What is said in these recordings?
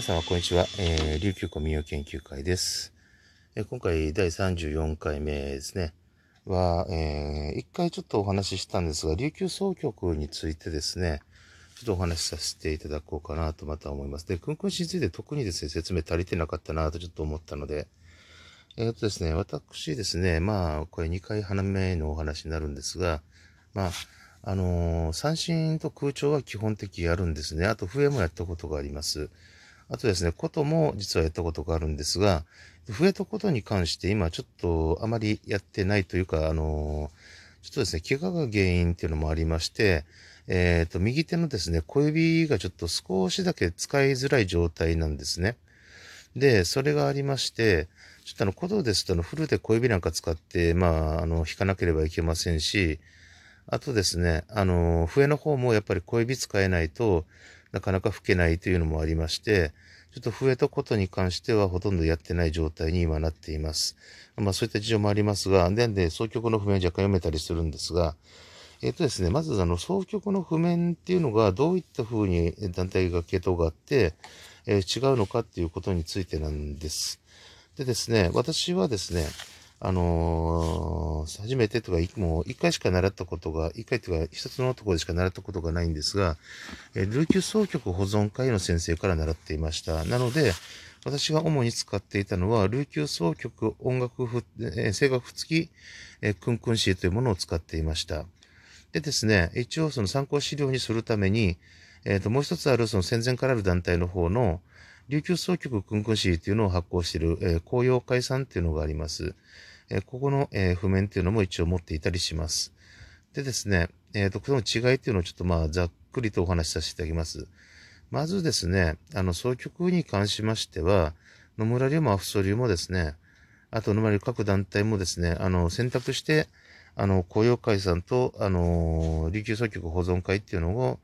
様こんにちは、琉球古民謡研究会です。今回第34回目ですねは、一回ちょっとお話ししたんですが、琉球総曲についてですねちょっとお話しさせていただこうかなとまた思います。で、くんくんしについて特にですね説明足りてなかったなとちょっと思ったので、ですね、私ですね、これ2回花目のお話になるんですが、三振と空調は基本的やるんですね。あと笛もやったことがあります。あとですね、琴も実はやったことがあるんですが、笛と琴に関して今ちょっとあまりやってないというか、ちょっとですね、怪我が原因っていうのもありまして、右手のですね、小指がちょっと少しだけ使いづらい状態なんですね。で、それがありまして、ちょっと琴ですとフルで小指なんか使って、弾かなければいけませんし、あとですね、笛の方もやっぱり小指使えないとなかなか吹けないというのもありまして、ちょっと笛と琴に関してはほとんどやってない状態に今なっています。そういった事情もありますが、で、総曲の譜面若干読めたりするんですが、ですね、まず総曲の譜面っていうのがどういった風に団体が系統があって、違うのかっていうことについてなんです。でですね、私はですね、初めてとか、もう一回しか習ったことが、一回というか一つのところでしか習ったことがないんですが、琉球総曲保存会の先生から習っていました。なので、私が主に使っていたのは、琉球総曲音楽譜、声楽譜付き、クンクンシーというものを使っていました。でですね、一応その参考資料にするために、もう一つあるその戦前からある団体の方の、琉球総局クンクンシーというのを発行している、紅葉会さんっていうのがあります。ここの、譜面っていうのも一応持っていたりします。でですね、この違いっていうのをちょっとざっくりとお話しさせていただきます。まずですね、総局に関しましては、野村流もアフソ流もですね、あと野村流各団体もですね、選択して、紅葉会さんと、琉球総局保存会っていうのを、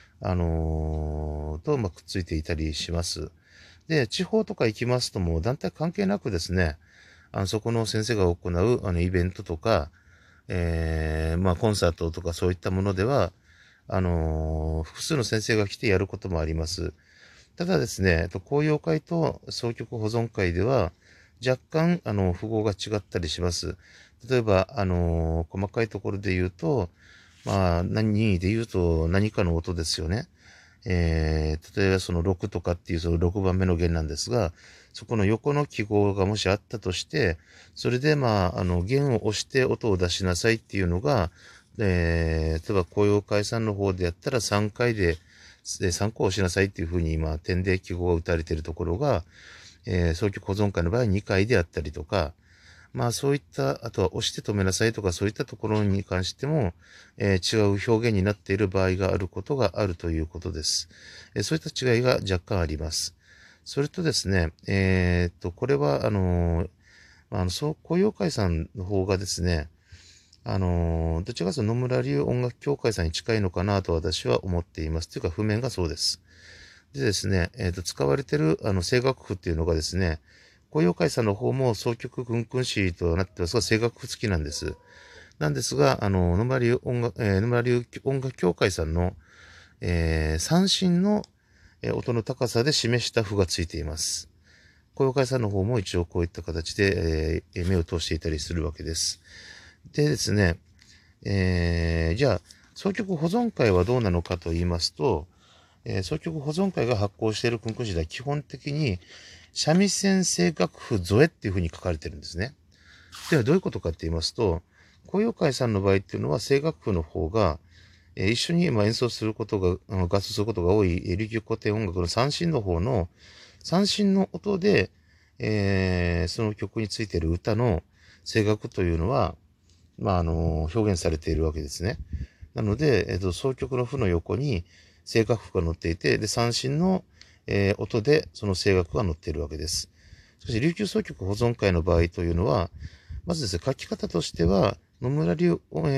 くっついていたりします。で、地方とか行きますともう団体関係なくですね、そこの先生が行う、イベントとか、コンサートとかそういったものでは、複数の先生が来てやることもあります。ただですね、紅葉会と総局保存会では、若干、符号が違ったりします。例えば、細かいところで言うと、何で言うと何かの音ですよね。例えばその6とかっていうその6番目の弦なんですが、そこの横の記号がもしあったとして、それで弦を押して音を出しなさいっていうのが、例えば紅葉会さんの方でやったら3回で、3個押しなさいっていうふうに今、点で記号が打たれているところが、総局保存会の場合2回であったりとか、そういった、あとは押して止めなさいとかそういったところに関しても、違う表現になっている場合があることがあるということです。そういった違いが若干あります。それとですね、これは、紅葉会さんの方がですね、どちらかというと野村流音楽協会さんに近いのかなと私は思っています。というか、譜面がそうです。でですね、使われている声楽譜っていうのがですね、紅葉会さんの方も総曲軍訓詞となってますが、声楽譜付きなんです。なんですが、野村流音楽協会さんの、三振の音の高さで示した譜がついています。紅葉会さんの方も一応こういった形で、目を通していたりするわけです。でですね、じゃあ、総曲保存会はどうなのかと言いますと、総曲保存会が発行している訓訓詞では基本的に三味線声楽譜添えっていうふうに書かれてるんですね。ではどういうことかって言いますと、紅葉会さんの場合っていうのは声楽譜の方が、一緒に演奏することが、合奏することが多い琉球古典音楽の三振の方の三振の音で、その曲についている歌の声楽というのは、表現されているわけですね。なので、総曲の譜の横に声楽譜が載っていて、で、三振の、音でその声楽が載っているわけです。しかし、琉球総曲保存会の場合というのは、まずですね、書き方としては、野村流、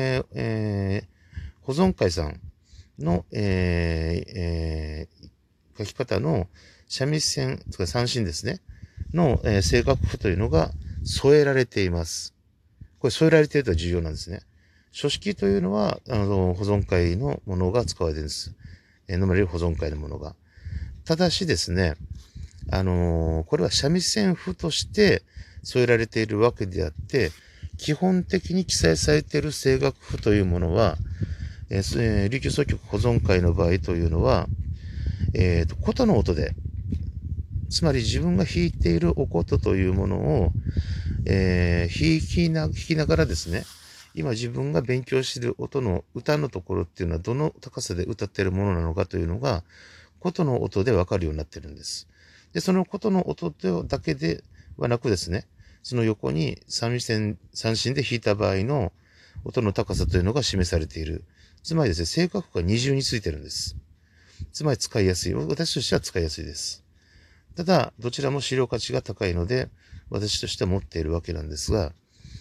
保存会さんの、書き方の三味線、とか三振ですね、の、声楽譜というのが添えられています。これ添えられていると重要なんですね。書式というのは、保存会のものが使われているんです。野村流保存会のものが。ただしですね、 これは三味線譜として添えられているわけであって、基本的に記載されている声楽譜というものは、琉球総曲保存会の場合というのは、琴の音で、つまり自分が弾いているお琴というものを、弾きながらですね、今自分が勉強している音の歌のところっていうのはどの高さで歌っているものなのかというのが、琴の音でわかるようになってるんです。で、その琴の音だけではなくですね、その横に三振で弾いた場合の音の高さというのが示されている。つまりですね、正確が二重についてるんです。つまり使いやすい。私としては使いやすいです。ただ、どちらも資料価値が高いので、私としては持っているわけなんですが、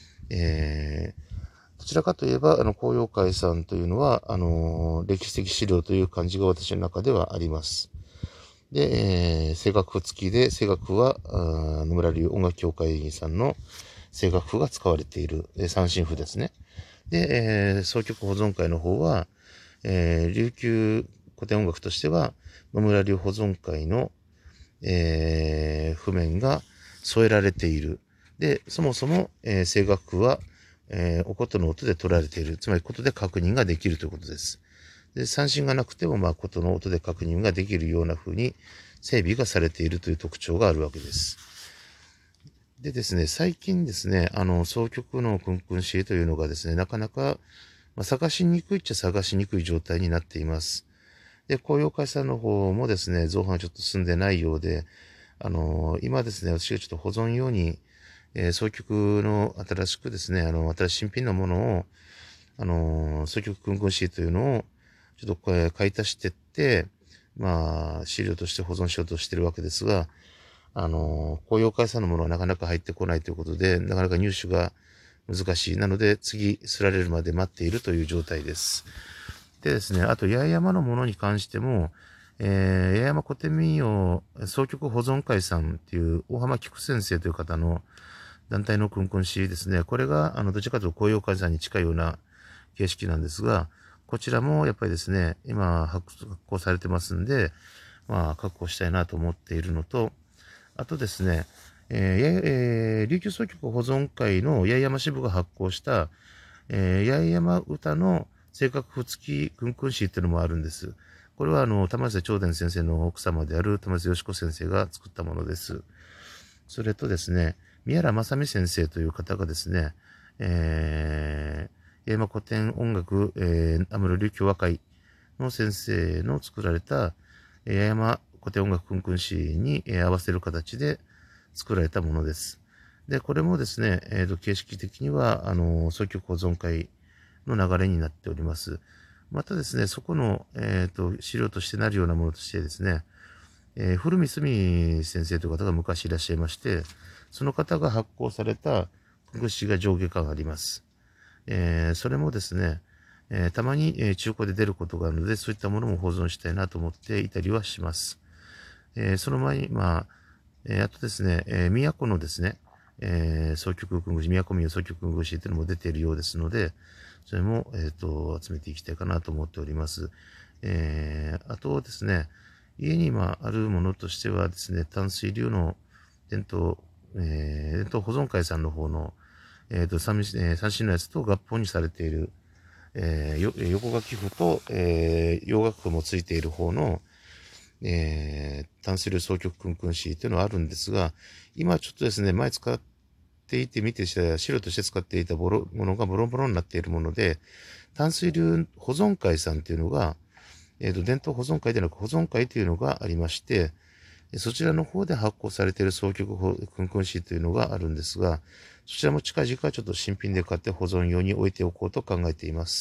どちらかといえば、紅葉会さんというのは、歴史的資料という感じが私の中ではあります。で、声楽譜付きで、声楽譜は、野村流音楽協会さんの声楽譜が使われている、三線譜ですね。で、総曲保存会の方は、琉球古典音楽としては、野村流保存会の、譜面が添えられている。で、そもそも、声楽譜は、お琴の音で取られている。つまり、琴で確認ができるということです。で、三振がなくても、琴の音で確認ができるような風に整備がされているという特徴があるわけです。でですね、最近ですね、総曲のクンクンシーというのがですね、なかなか、探しにくいっちゃ探しにくい状態になっています。で、紅葉会さんの方もですね、造反ちょっと進んでないようで、今ですね、私がちょっと保存用に、総曲の新しくですね、新しい新品のものを、総曲クンクンシーというのを、ちょっとこれ買い足してって、資料として保存しようとしてるわけですが、紅葉会さんのものはなかなか入ってこないということで、なかなか入手が難しい。なので、次、すられるまで待っているという状態です。でですね、あと、八重山のものに関しても、八重山古典民謡総曲保存会さんっていう、大浜菊先生という方の団体のクンクンシーですね。これが、どちらかというと紅葉会さんに近いような形式なんですが、こちらもやっぱりですね、今発行されてますんで、確保したいなと思っているのと、あとですね、琉球総曲保存会の八重山支部が発行した、八重山歌の正確譜付きクンクン詩っていうのもあるんです。これは玉瀬長伝先生の奥様である玉瀬よし子先生が作ったものです。それとですね、宮良正美先生という方がですね、八重山古典音楽、アムロ琉球和会の先生の作られた、八重山古典音楽クンクン詩に、合わせる形で作られたものです。で、これもですね、形式的には、総曲保存会の流れになっております。またですね、そこの、資料としてなるようなものとしてですね、古見澄先生という方が昔いらっしゃいまして、その方が発行された国史が上下巻があります。それもですね、たまに、中古で出ることがあるので、そういったものも保存したいなと思っていたりはします。その前に、あとですね、都のですね、総曲軍具都民総曲軍具誌というのも出ているようですので、それも、集めていきたいかなと思っております。あとですね、家に今あるものとしてはですね、淡水流の伝統保存会さんの方の、三振のやつと合本にされている、横書き譜と、洋楽譜もついている方の、淡水流総曲クンクンシーというのはあるんですが、今ちょっとですね、前使っていて見てした資料として使っていたものがボロボロになっているもので、淡水流保存会さんっていうのが、伝統保存会ではなく保存会というのがありまして、そちらの方で発行されている総曲クンクンシーというのがあるんですが、そちらも近々ちょっと新品で買って保存用に置いておこうと考えています。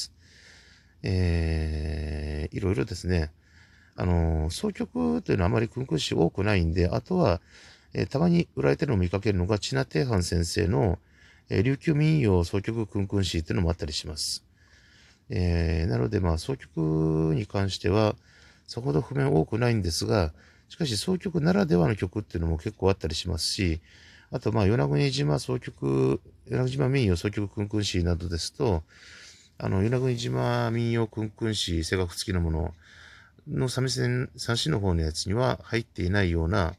いろいろですね、総曲というのはあまりクンクンシー多くないんで、あとは、たまに売られてるのを見かけるのが、千奈定藩先生の、琉球民謡総曲クンクンシーというのもあったりします。なので、総曲に関しては、さほど譜面多くないんですが、しかし総曲ならではの曲っていうのも結構あったりしますし、あと、与那国島総曲、与那国島民謡総曲クンクンシーなどですと、与那国島民謡クンクンシー、声楽付きのものの三味線、三振の方のやつには入っていないような、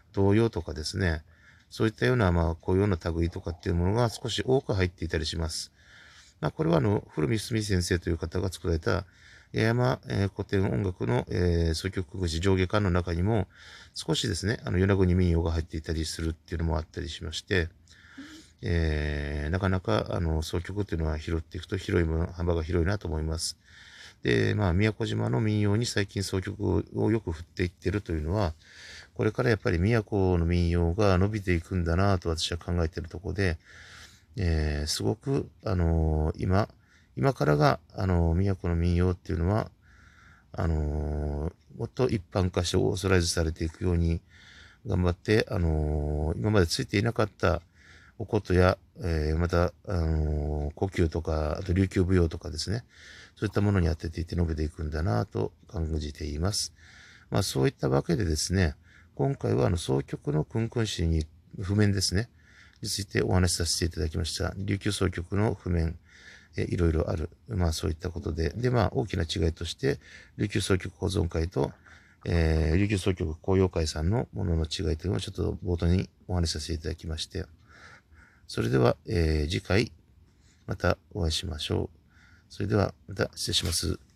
童謡とかですね、そういったような、雇用の類とかっていうものが少し多く入っていたりします。これは古見澄先生という方が作られた、八山、古典音楽の、作曲口上下巻の中にも、少しですね、与那国民謡が入っていたりするっていうのもあったりしまして、なかなか、作曲というのは拾っていくと幅が広いなと思います。で、宮古島の民謡に最近作曲をよく振っていってるというのは、これからやっぱり宮古の民謡が伸びていくんだなと私は考えているところで、すごく、今からが、宮古の民謡っていうのは、もっと一般化してオーソライズされていくように頑張って、今までついていなかったお琴や、また、呼吸とか、あと琉球舞踊とかですね、そういったものに当てていって述べていくんだなと感じています。そういったわけでですね、今回は総曲のクンクン詩に譜面ですね、についてお話しさせていただきました。琉球総曲の譜面、いろいろある。そういったことで。で、大きな違いとして、琉球総曲保存会と、琉球総曲公用会さんのものの違いというのをちょっと冒頭にお話しさせていただきまして。それでは、次回、またお会いしましょう。それでは、また失礼します。